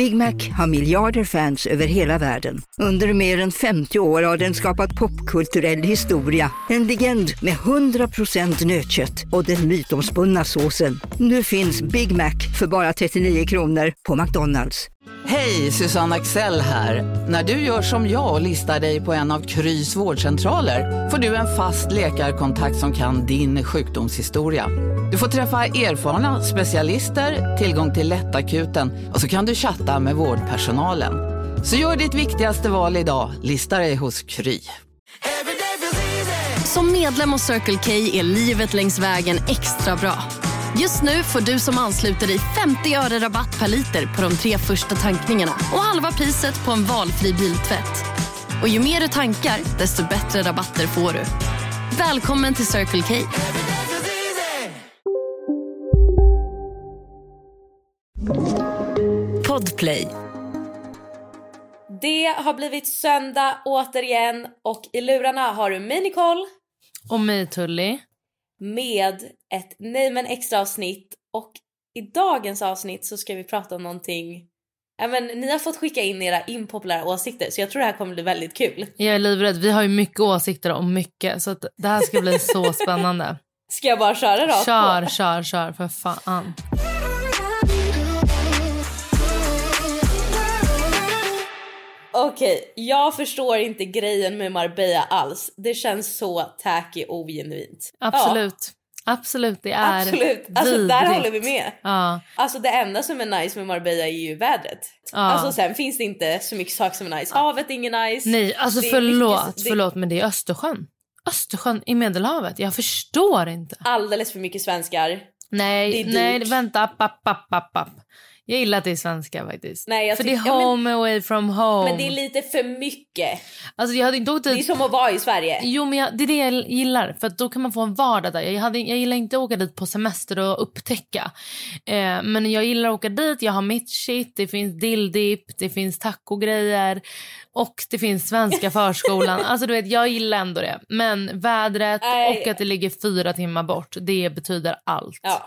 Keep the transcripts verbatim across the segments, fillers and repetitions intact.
Big Mac har miljarder fans över hela världen. Under mer än femtio år har den skapat popkulturell historia. En legend med hundra procent nötkött och den mytomspunna såsen. Nu finns Big Mac för bara trettionio kronor på McDonald's. Hej, Susanne Axel här. När du gör som jag och listar dig på en av Krys vårdcentraler får du en fast läkarkontakt som kan din sjukdomshistoria. Du får träffa erfarna specialister, tillgång till lättakuten och så kan du chatta med vårdpersonalen. Så gör ditt viktigaste val idag, lista dig hos Kry. Som medlem hos Circle K är livet längs vägen extra bra. Just nu får du som ansluter dig femtio öre rabatt per liter på de tre första tankningarna och halva priset på en valfri biltvätt. Och ju mer du tankar, desto bättre rabatter får du. Välkommen till Circle K. Podplay. Det har blivit söndag återigen och i lurarna har du mig Nicole. Och mig Tully. Med ett Nej men extra avsnitt. Och i dagens avsnitt så ska vi prata om någonting. Ja, men ni har fått skicka in era impopulära åsikter, så jag tror det här kommer bli väldigt kul. Jag är livrädd, vi har ju mycket åsikter om mycket, så att det här ska bli så spännande. Ska jag bara köra rakt Kör, på? kör, kör, för fan. Okej, okay, jag förstår inte grejen med Marbella alls. Det känns så tacky och ogenuint. Absolut. Ja. Absolut, det är Absolut, alltså vidrigt. Där håller vi med. Ja. Alltså det enda som är nice med Marbella är ju vädret. Ja. Alltså sen finns det inte så mycket saker som är nice. Havet är ingen nice. Nej, alltså det förlåt, mycket, förlåt men det är Östersjön. Östersjön i Medelhavet, jag förstår inte. Alldeles för mycket svenskar. Nej, nej, vänta, app, app, app, app. Jag gillar att det är svenska faktiskt. Nej, jag för tyck- det är home ja, men, away from home. Men det är lite för mycket. Alltså jag hade inte åkt dit. Det är som att vara i Sverige. Jo, men jag, det är det jag gillar. För att då kan man få en vardag där. Jag, hade, jag gillar inte att åka dit på semester och upptäcka. Eh, men jag gillar att åka dit. Jag har mitt shit. Det finns dilldip. Det finns tacogrejer. Och det finns svenska förskolan. Alltså du vet, jag gillar ändå det. Men vädret Nej. och att det ligger fyra timmar bort. Det betyder allt. Ja.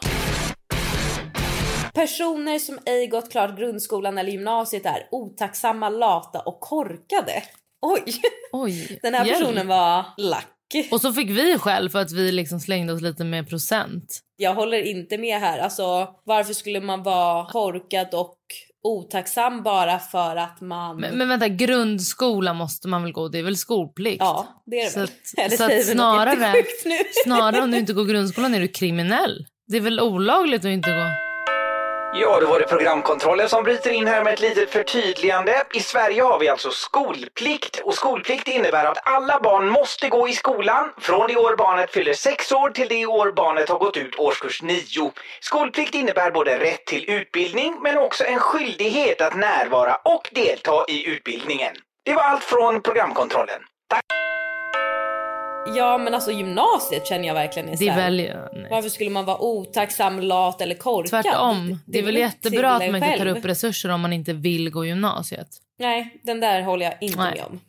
Personer som ej gått klart grundskolan eller gymnasiet är otacksamma, lata och korkade. Oj, Oj. Den här personen hjälp. var lack. Och så fick vi själv för att vi liksom slängde oss lite med procent. Jag håller inte med här. Alltså, varför skulle man vara korkad och otacksam bara för att man... Men, men vänta, grundskola måste man väl gå? Det är väl skolplikt? Ja, det är det så väl. Att, så att snarare, snarare om du inte går grundskolan är du kriminell. Det är väl olagligt att inte gå... Ja, då var det programkontrollen som bryter in här med ett litet förtydligande. I Sverige har vi alltså skolplikt. Och skolplikt innebär att alla barn måste gå i skolan från det år barnet fyller sex år till det år barnet har gått ut årskurs nio. Skolplikt innebär både rätt till utbildning men också en skyldighet att närvara och delta i utbildningen. Det var allt från programkontrollen. Tack! Ja, men alltså gymnasiet känner jag verkligen är så här. Väl, varför skulle man vara otacksam, lat eller korkad? Tvärtom. Det, det är väl jättebra att man inte själv. tar upp resurser om man inte vill gå gymnasiet. Nej, den där håller jag inte Nej. med om.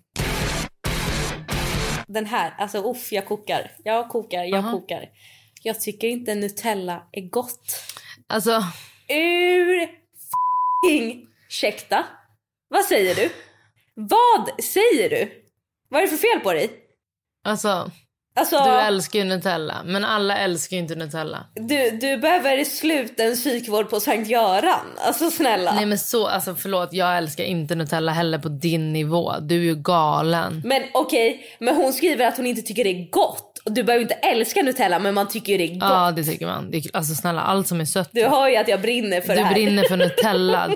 Den här, alltså uff, jag kokar. Jag kokar, jag uh-huh. kokar. Jag tycker inte Nutella är gott. Alltså... Ur f***ing ursäkta. Vad säger du? Vad säger du? Vad är det för fel på dig? Alltså, alltså, du älskar ju Nutella. Men alla älskar ju inte Nutella. Du, du behöver sluta en psykvård på Sankt Göran. Alltså snälla. Nej men så, alltså förlåt. Jag älskar inte Nutella heller på din nivå. Du är ju galen. Men okej, okay, men hon skriver att hon inte tycker det är gott. Och du behöver inte älska Nutella, men man tycker det är gott. Ja, det tycker man. Det är, alltså snälla, allt som är sött. Du hör ju att jag brinner för du det här. Du brinner för Nutella.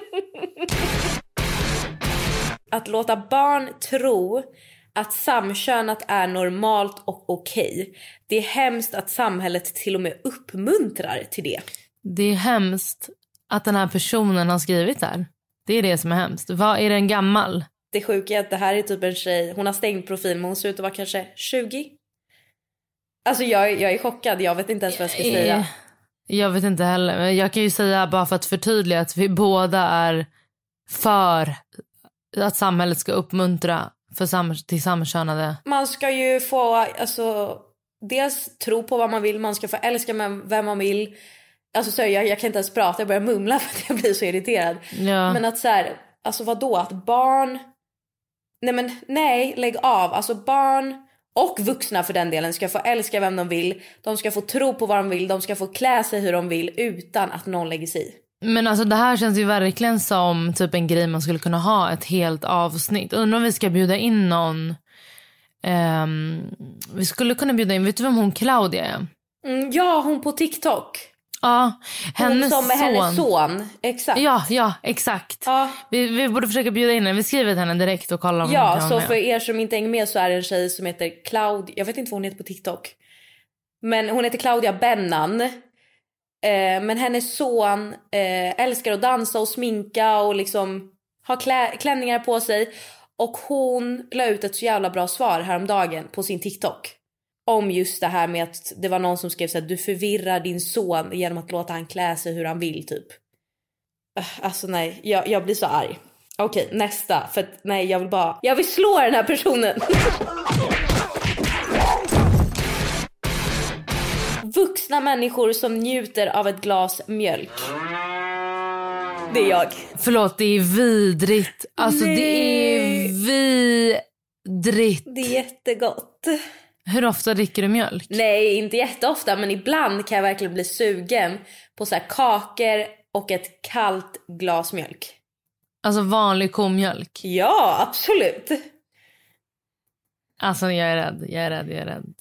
Att låta barn tro att samkönat är normalt och okej. Det är hemskt att samhället till och med uppmuntrar till det. Det är hemskt att den här personen har skrivit där. Det är det som är hemskt. Vad är den gammal? Det sjuka är att det här är typ en tjej. Hon har stängt profil, men hon ser ut att vara kanske tjugo. Alltså jag, jag är chockad. Jag vet inte ens vad jag ska säga. Jag vet inte heller. Men jag kan ju säga bara för att förtydliga att vi båda är för att samhället ska uppmuntra för sam- till samkönade. Man ska ju få alltså, dels tro på vad man vill. Man ska få älska med vem man vill. Alltså så jag, jag kan inte ens prata, jag börjar mumla för att jag blir så irriterad. Ja. Men att så här, alltså vadå, att barn... Nej men nej, lägg av. Alltså barn och vuxna för den delen ska få älska vem de vill. De ska få tro på vad de vill. De ska få klä sig hur de vill utan att någon lägger sig i. Men alltså det här känns ju verkligen som typ en grej man skulle kunna ha ett helt avsnitt. Undrar om vi ska bjuda in någon. Um, vi skulle kunna bjuda in, vet du vem hon Claudia är? Mm, ja, hon på TikTok. Ja, hennes hon som är son. hennes son, exakt. Ja, ja, exakt. Ja, vi, vi borde försöka bjuda in henne. Vi skriver till henne direkt och kollar om ja hon kan så med. för er som inte hänger med så är det en tjej som heter Claudia. Jag vet inte vad hon heter på TikTok. Men hon heter Claudia Bennan. eh, Men hennes son eh, älskar att dansa och sminka och liksom ha klä- klänningar på sig. Och hon la ut ett så jävla bra svar häromdagen på sin TikTok om just det här med att det var någon som skrev så här: du förvirrar din son genom att låta han klä sig hur han vill typ. Alltså nej, jag, jag blir så arg. Okej, nästa. För att, nej, jag vill bara, jag vill slå den här personen. Vuxna människor som njuter av ett glas mjölk. Det är jag. Förlåt, det är vidrigt. Alltså Nej. det är vidrigt. Det är jättegott. Hur ofta dricker du mjölk? Nej, inte jätteofta, men ibland kan jag verkligen bli sugen på så här kakor och ett kallt glas mjölk. Alltså vanlig komjölk? Ja, absolut. Alltså jag är rädd, jag är rädd, jag är rädd.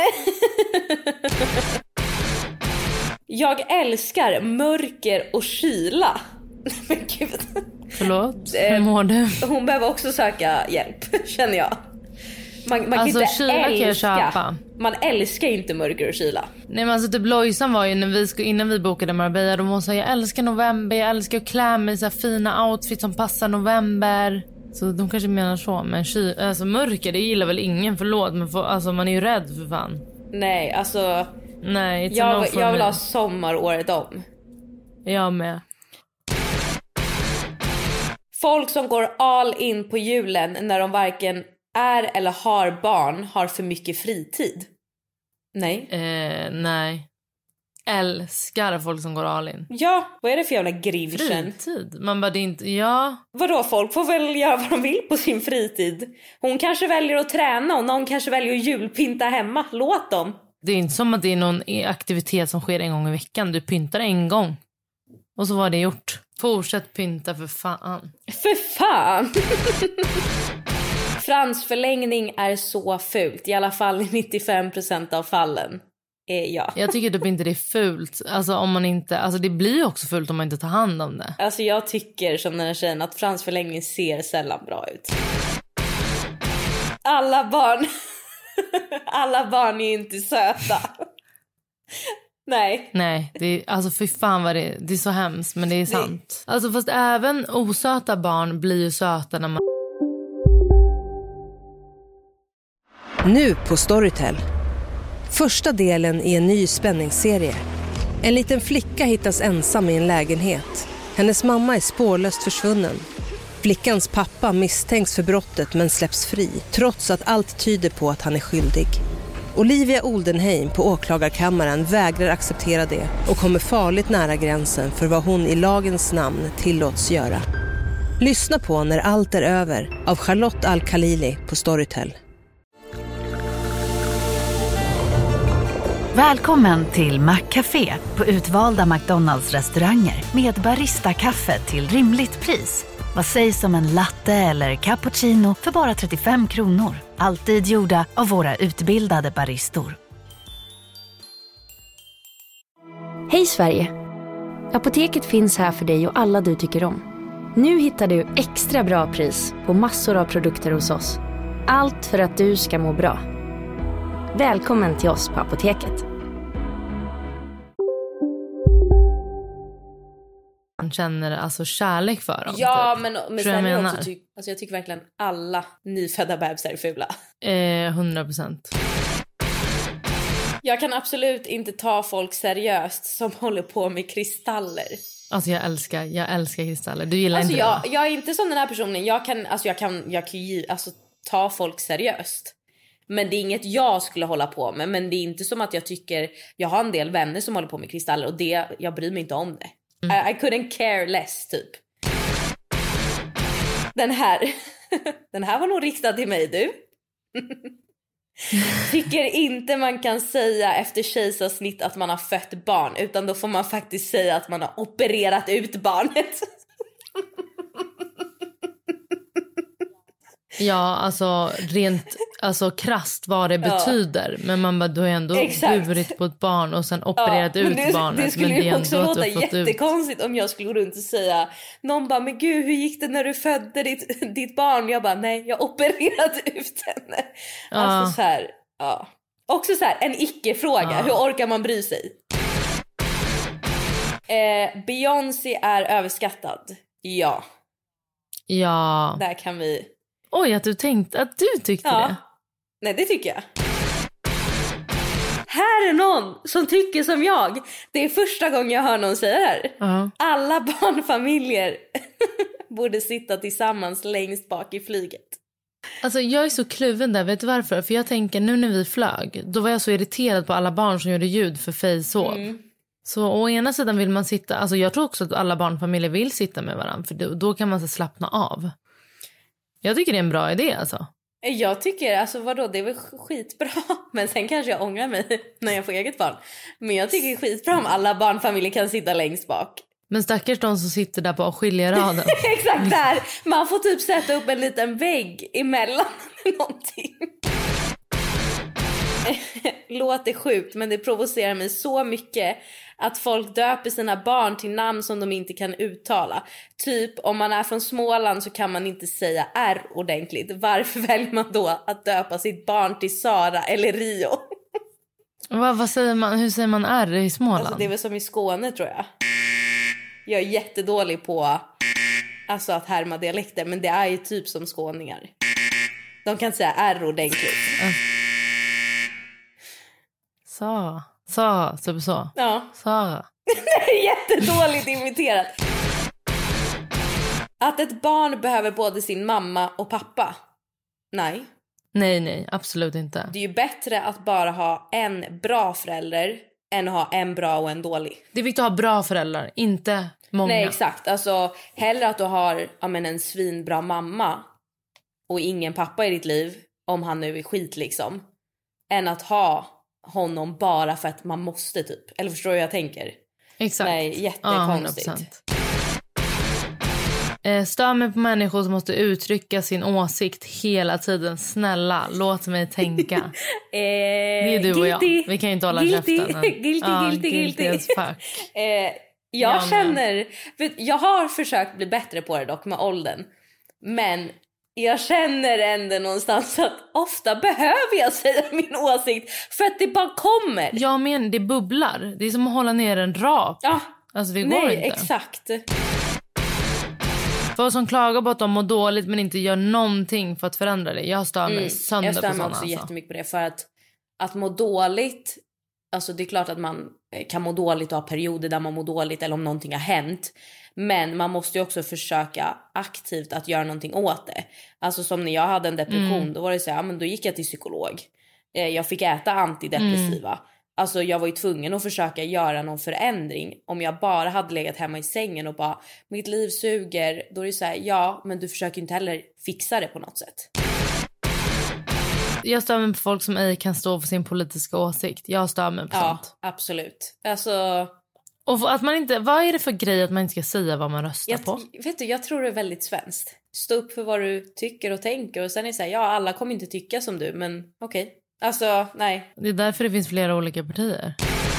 Jag älskar mörker och kyla. Men gud. Förlåt, hur mår du? Hon behöver också söka hjälp, känner jag. Man, man Alltså kan inte kyla kan jag älska. köpa. Man älskar ju inte mörker och kyla. Nej men alltså typ Lojsan var ju när vi skulle, innan vi bokade Marbella, de sa jag älskar november, jag älskar att klä mig så här fina outfits som passar november. Så de kanske menar så, men ky, alltså mörker det gillar väl ingen, förlåt, men för, alltså man är ju rädd för fan. Nej, alltså Nej, jag, jag vill ha sommar året om. Jag med. Folk som går all in på julen när de varken är eller har barn har för mycket fritid. Nej. Eh, nej. Älskar folk som går all in. Ja, vad är det för jävla grivchen? Fritid? Man bara det är inte, ja. Vadå, folk får väl göra vad de vill på sin fritid. Hon kanske väljer att träna och någon kanske väljer att julpynta hemma. Låt dem. Det är inte som att det är någon aktivitet som sker en gång i veckan. Du pyntar en gång. Och så var det gjort. Fortsätt pynta för fan. För fan! Fransförlängning är så fult. I alla fall i nittiofem procent av fallen. Eh, ja. Jag tycker typ inte det är fult. Alltså om man inte, alltså det blir ju också fult om man inte tar hand om det. Alltså jag tycker som den här tjejen att fransförlängning ser sällan bra ut. Alla barn. Alla barn är inte söta. Nej. Nej, det är, alltså för fan vad det, det är så hemskt, men det är sant. Alltså fast även osöta barn blir ju söta när man... Nu på Storytel. Första delen i en ny spänningsserie. En liten flicka hittas ensam i en lägenhet. Hennes mamma är spårlöst försvunnen. Flickans pappa misstänks för brottet men släpps fri, trots att allt tyder på att han är skyldig. Olivia Oldenheim på åklagarkammaren vägrar acceptera det och kommer farligt nära gränsen för vad hon i lagens namn tillåts göra. Lyssna på När allt är över av Charlotte Al-Khalili på Storytel. Välkommen till McCafé på utvalda McDonalds-restauranger med barista-kaffe till rimligt pris. Vad sägs om en latte eller cappuccino för bara trettiofem kronor? Alltid gjorda av våra utbildade baristor. Hej Sverige! Apoteket finns här för dig och alla du tycker om. Nu hittar du extra bra pris på massor av produkter hos oss. Allt för att du ska må bra. Välkommen till oss på Apoteket. Man känner alltså kärlek för dem. Ja, typ. men, men sen är också ty- alltså jag tycker verkligen alla nyfödda bebisar är fula. Eh, hundra procent. Jag kan absolut inte ta folk seriöst som håller på med kristaller. Alltså jag älskar, jag älskar kristaller. Du gillar alltså inte jag, det? Jag är inte som den här personen. Jag kan, alltså jag kan, jag kan ju alltså, ta folk seriöst. Men det är inget jag skulle hålla på med. Men det är inte som att jag tycker... Jag har en del vänner som håller på med kristaller. Och det, jag bryr mig inte om det. Mm. I, I couldn't care less typ. Den här... Den här var nog riktad till mig, du. Tycker inte man kan säga efter kejsarsnitt att man har fött barn. Utan då får man faktiskt säga att man har opererat ut barnet. Ja, alltså rent alltså krasst vad det ja. betyder. Men man bara, du har ändå Exakt. burit på ett barn och sen opererat ja, ut det, barnet. Det skulle men det ju också låta jättekonstigt ut. om jag skulle gå runt och säga, någon bara, men gud, hur gick det när du födde ditt, ditt barn? Jag bara, nej, jag opererade ut henne. Ja. Alltså så här, ja. Också så här, en icke-fråga. Ja. Hur orkar man bry sig? Eh, Beyoncé är överskattad. Ja. Ja. Där kan vi... Oj, att du tänkte att du tyckte ja. det. Nej, det tycker jag. Här är någon som tycker som jag. Det är första gången jag hör någon säga det här. Uh-huh. Alla barnfamiljer borde sitta tillsammans längst bak i flyget. Alltså jag är så kluven där, vet du varför? För jag tänker, nu när vi flög, då var jag så irriterad på alla barn som gjorde ljud för fejsov. Mm. Så å ena sidan vill man sitta, alltså jag tror också att alla barnfamiljer vill sitta med varandra. För då, då kan man så slappna av. Jag tycker det är en bra idé alltså. Jag tycker, alltså vadå, det är väl skitbra. Men sen kanske jag ångrar mig när jag får eget barn. Men jag tycker det är skitbra om alla barnfamiljer kan sitta längst bak. Men stackars de som sitter där på skiljeraden. Exakt där. Man får typ sätta upp en liten vägg emellan någonting. Låter sjukt, men det provocerar mig så mycket att folk döper sina barn till namn som de inte kan uttala. Typ om man är från Småland så kan man inte säga R ordentligt. Varför väljer man då att döpa sitt barn till Sara eller Rio? vad, vad säger man, hur säger man R i Småland? Alltså det är väl som i Skåne, tror jag. Jag är jättedålig på alltså att härma dialekter, men det är ju typ som skåningar. De kan inte säga R ordentligt. Mm. Så, så, typ så. Ja. Sara. Det är jättedåligt imiterat. Att ett barn behöver både sin mamma och pappa. Nej. Nej, nej, absolut inte. Det är ju bättre att bara ha en bra förälder än att ha en bra och en dålig. Det är viktigt att ha bra föräldrar, inte många. Nej, exakt. Alltså, hellre att du har ja, men en svinbra mamma och ingen pappa i ditt liv, om han nu är skit liksom, än att ha honom bara för att man måste typ. Eller förstår du hur jag tänker? Exakt. Nej, jättekonstigt. Ja, eh, stör mig på människor som måste uttrycka sin åsikt hela tiden. Snälla, låt mig tänka. eh, det är du och jag. Vi kan ju inte hålla guilty. käften. Guilty, ah, guilty, guilty. guilty as fuck. eh, jag ja, känner... Vet, jag har försökt bli bättre på det dock med åldern. Men... jag känner ändå någonstans att ofta behöver jag säga min åsikt för att det bara kommer. Ja, men det bubblar. Det är som att hålla ner en rap. Ja. Alltså det går Nej, inte. exakt. Folk som klagar på att de mår dåligt men inte gör någonting för att förändra det. Jag stör mig mm. sönder på sådana. Jag stör mig också alltså. jättemycket på det. För att, att må dåligt, alltså det är klart att man kan må dåligt och ha perioder där man mår dåligt eller om någonting har hänt. Men man måste ju också försöka aktivt att göra någonting åt det. Alltså som när jag hade en depression, mm. då var det så här, ja, men då gick jag till psykolog. Eh, jag fick äta antidepressiva. Mm. Alltså jag var ju tvungen att försöka göra någon förändring. Om jag bara hade legat hemma i sängen och bara, mitt liv suger. Då är det så här, ja, men du försöker inte heller fixa det på något sätt. Jag stör mig på folk som ej kan stå för sin politiska åsikt. Jag stör mig på ja, sånt. Ja, absolut. Alltså... och att man inte, vad är det för grej att man inte ska säga vad man röstar jag, på? Vet du, jag tror det är väldigt svenskt. Stå upp för vad du tycker och tänker. Och sen är det så här, ja, alla kommer inte tycka som du, men okej. Okay. Alltså, nej. Det är därför det finns flera olika partier.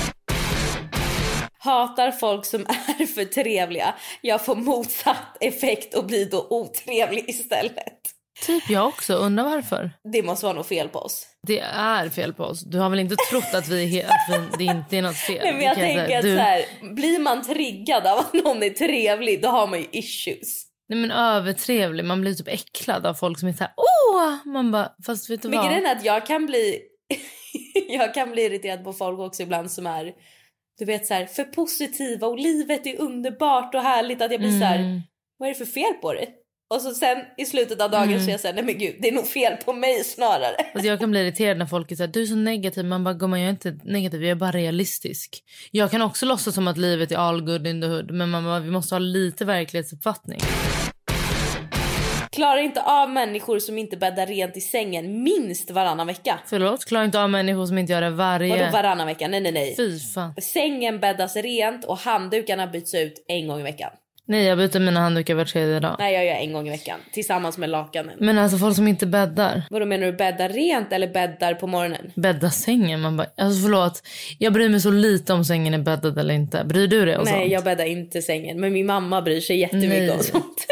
Hatar folk som är för trevliga. Jag får motsatt effekt och blir då otrevlig istället. Typ jag också, undrar varför. Det måste vara något fel på oss. Det är fel på oss. Du har väl inte trott att, vi, att vi, det inte är något fel? Nej, men jag tänker att du... så här, blir man triggad av att någon är trevlig, då har man ju issues. Nej, men övertrevlig. Man blir typ äcklad av folk som är så här, åh! Man bara, fast vet du men vad? Men grejen är att jag kan bli jag kan bli irriterad på folk också ibland som är, du vet så här, för positiva och livet är underbart och härligt, att jag blir mm. så här, vad är det för fel på det? Och så sen i slutet av dagen mm. så jag säger, nej men gud, det är nog fel på mig snarare. Alltså jag kan bli irriterad när folk är så här, du är så negativ. Man bara, gumman, jag är inte negativ, jag är bara realistisk. Jag kan också låtsas som att livet är all good in the hood. Men man bara, vi måste ha lite verklighetsuppfattning. Klarar inte av människor som inte bäddar rent i sängen minst varannan vecka. Förlåt, klarar inte av människor som inte gör det varje... Vadå varannan vecka? Nej, nej, nej. Fy fan. Sängen bäddas rent och handdukarna byts ut en gång i veckan. Nej, jag byter mina handdukar var tredje dag. Nej, jag gör en gång i veckan. Tillsammans med lakanen. Men alltså folk som inte bäddar. Vadå menar du, bäddar rent eller bäddar på morgonen? Bädda sängen, man bara... Alltså förlåt, jag bryr mig så lite om sängen är bäddad eller inte. Bryr du dig om sånt? Nej, jag bäddar inte sängen. Men min mamma bryr sig jättemycket om sånt.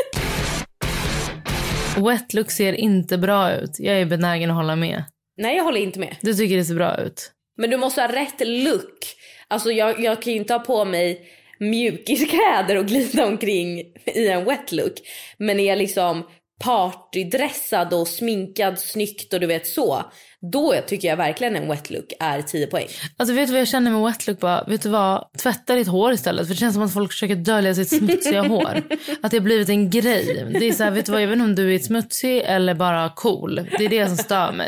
Wet look ser inte bra ut. Jag är benägen att hålla med. Nej, jag håller inte med. Du tycker det ser bra ut. Men du måste ha rätt look. Alltså jag, jag kan ju inte ha på mig mjukiskläder och glida omkring i en wet look. Men är jag liksom partydressad och sminkad snyggt och du vet så, då tycker jag verkligen en wet look är tio poäng. Alltså vet du vad jag känner med wet look? Bara, vet du vad? Tvätta ditt hår istället. För det känns som att folk försöker dölja sitt smutsiga hår. Att det har blivit en grej. Det är så här, vet du vad? Jag vet inte om du är smutsig eller bara cool. Det är det som stör mig.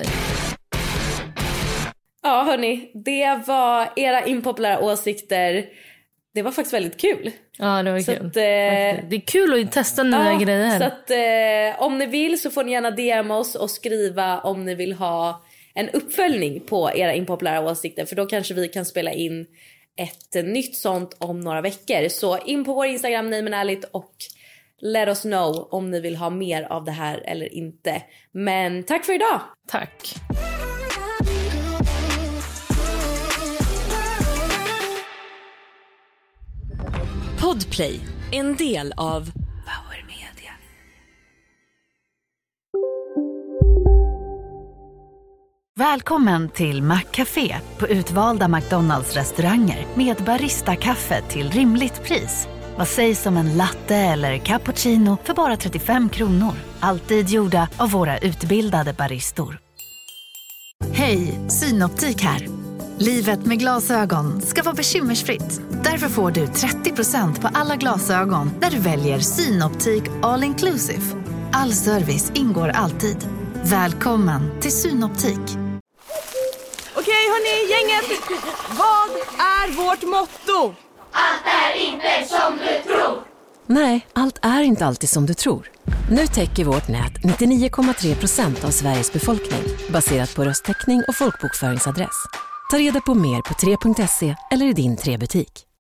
Ja hörni, det var era impopulära åsikter. Det var faktiskt väldigt kul. Ja, det var så kul. Att, eh, det är kul att testa nya ja, grejer. Så att eh, om ni vill så får ni gärna D M oss och skriva om ni vill ha en uppföljning på era impopulära åsikter. För då kanske vi kan spela in ett nytt sånt om några veckor. Så in på vår Instagram, nej men ärligt, och let us know om ni vill ha mer av det här eller inte. Men tack för idag. Tack. Podplay, en del av Power Media. Välkommen till Maccafé på utvalda McDonalds restauranger med Barista-kaffe till rimligt pris. Vad sägs om en latte eller cappuccino för bara trettiofem kronor? Alltid gjorda av våra utbildade baristor. Hej, Synoptik här. Livet med glasögon ska vara bekymmersfritt. Därför får du trettio procent på alla glasögon när du väljer Synoptik All Inclusive. All service ingår alltid. Välkommen till Synoptik. Okej hörni, gänget. Vad är vårt motto? Allt är inte som du tror. Nej, allt är inte alltid som du tror. Nu täcker vårt nät nittionio komma tre procent av Sveriges befolkning baserat på röstteckning och folkbokföringsadress. Ta reda på mer på tre punkt se eller i din tre butik.